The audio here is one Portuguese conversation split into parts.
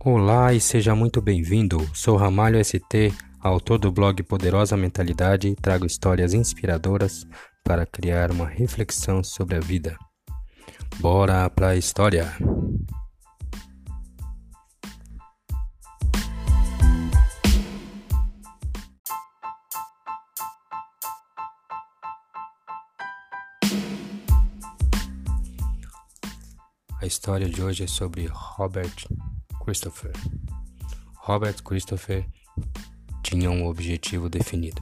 Olá e seja muito bem-vindo. Sou Ramalho ST, autor do blog Poderosa Mentalidade e trago histórias inspiradoras para criar uma reflexão sobre a vida. Bora pra história! A história de hoje é sobre Robert Christopher. Robert Christopher tinha um objetivo definido.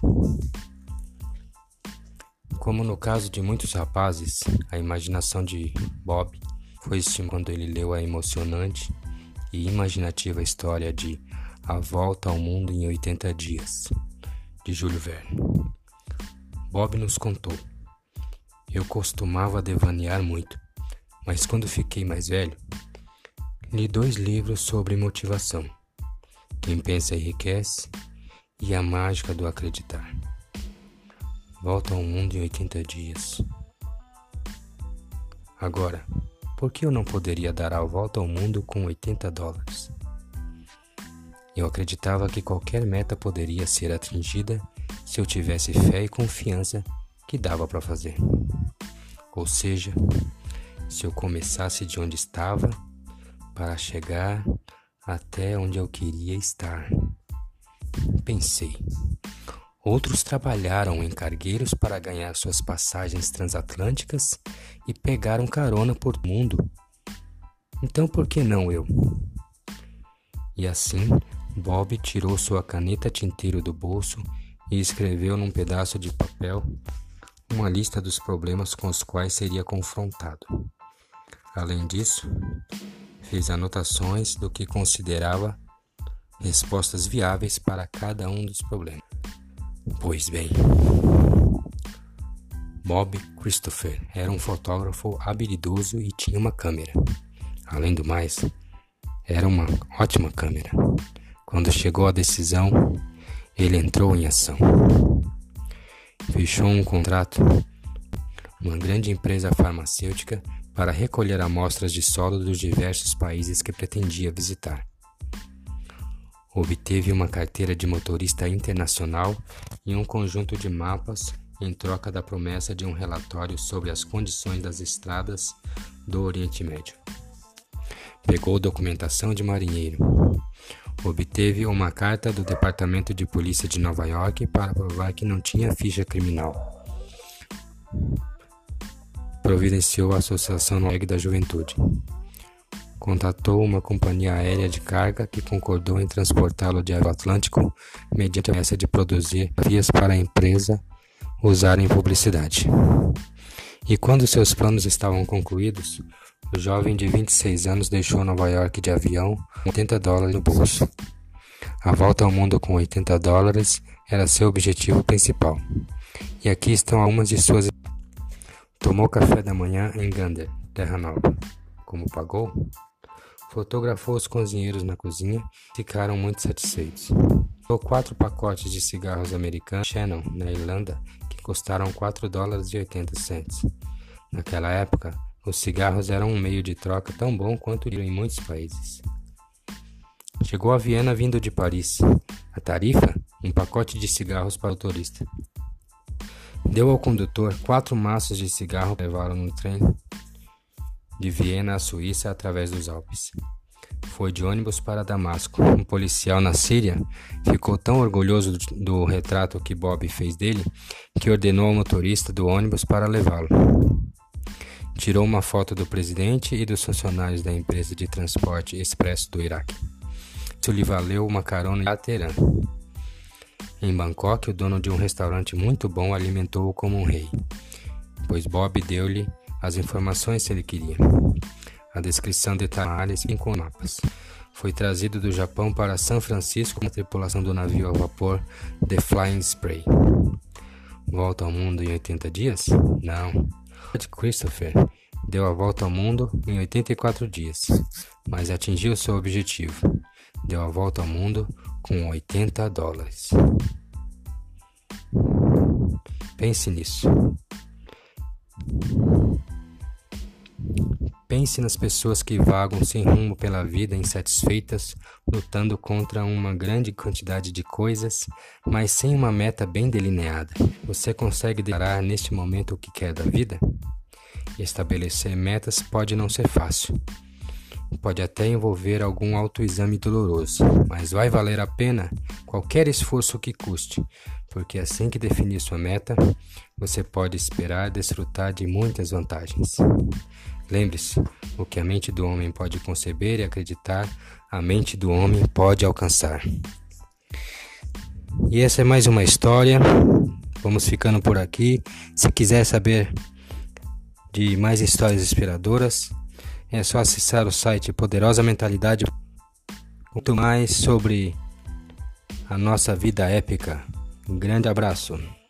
Como no caso de muitos rapazes, a imaginação de Bob foi estimulada quando ele leu a emocionante e imaginativa história de A Volta ao Mundo em 80 Dias, de Júlio Verne. Bob nos contou: "Eu costumava devanear muito, mas quando fiquei mais velho, li 2 livros sobre motivação, Quem Pensa Enriquece e A Mágica do Acreditar. Volta ao Mundo em 80 Dias. Agora, por que eu não poderia dar a volta ao mundo com $80? Eu acreditava que qualquer meta poderia ser atingida se eu tivesse fé e confiança que dava para fazer. Ou seja, se eu começasse de onde estava para chegar até onde eu queria estar." Pensei. Outros trabalharam em cargueiros para ganhar suas passagens transatlânticas e pegaram carona por mundo. Então por que não eu? E assim, Bob tirou sua caneta tinteiro do bolso e escreveu num pedaço de papel uma lista dos problemas com os quais seria confrontado. Além disso, fez anotações do que considerava respostas viáveis para cada um dos problemas. Pois bem, Bob Christopher era um fotógrafo habilidoso e tinha uma câmera. Além do mais, era uma ótima câmera. Quando chegou a decisão, ele entrou em ação. Fechou um contrato com uma grande empresa farmacêutica para recolher amostras de solo dos diversos países que pretendia visitar. Obteve uma carteira de motorista internacional e um conjunto de mapas em troca da promessa de um relatório sobre as condições das estradas do Oriente Médio. Pegou documentação de marinheiro. Obteve uma carta do Departamento de Polícia de Nova York para provar que não tinha ficha criminal. Providenciou a Associação Noruega da Juventude. Contatou uma companhia aérea de carga que concordou em transportá-lo de Atlântico mediante a promessa de produzir vias para a empresa usar em publicidade. E quando seus planos estavam concluídos, o jovem de 26 anos deixou Nova York de avião com $80 no bolso. A volta ao mundo com $80 era seu objetivo principal. E aqui estão algumas de suas. Tomou café da manhã em Gander, Terra Nova. Como pagou? Fotografou os cozinheiros na cozinha e ficaram muito satisfeitos. Comprou 4 pacotes de cigarros americanos Shannon, na Irlanda, que custaram $4,80. Naquela época, os cigarros eram um meio de troca tão bom quanto em muitos países. Chegou a Viena vindo de Paris. A tarifa? Um pacote de cigarros para o turista. Deu ao condutor 4 maços de cigarro que levaram no trem de Viena à Suíça através dos Alpes. Foi de ônibus para Damasco. Um policial na Síria ficou tão orgulhoso do retrato que Bob fez dele que ordenou ao motorista do ônibus para levá-lo. Tirou uma foto do presidente e dos funcionários da empresa de transporte expresso do Iraque. Isso lhe valeu uma carona em Teherã. Em Bangkok, o dono de um restaurante muito bom alimentou-o como um rei, pois Bob deu-lhe as informações que ele queria. A descrição detalhada e com mapas. Foi trazido do Japão para São Francisco com a tripulação do navio a vapor The Flying Spray. Volta ao mundo em 80 dias? Não. Christopher deu a volta ao mundo em 84 dias, mas atingiu seu objetivo. Deu a volta ao mundo com $80. Pense nisso. Pense nas pessoas que vagam sem rumo pela vida, insatisfeitas, lutando contra uma grande quantidade de coisas, mas sem uma meta bem delineada. Você consegue declarar neste momento o que quer da vida? Estabelecer metas pode não ser fácil. Pode até envolver algum autoexame doloroso, mas vai valer a pena qualquer esforço que custe, porque assim que definir sua meta, você pode esperar desfrutar de muitas vantagens. Lembre-se, o que a mente do homem pode conceber e acreditar, a mente do homem pode alcançar. E essa é mais uma história. Vamos ficando por aqui. Se quiser saber de mais histórias inspiradoras, é só acessar o site Poderosa Mentalidade. Muito mais sobre a nossa vida épica. Um grande abraço.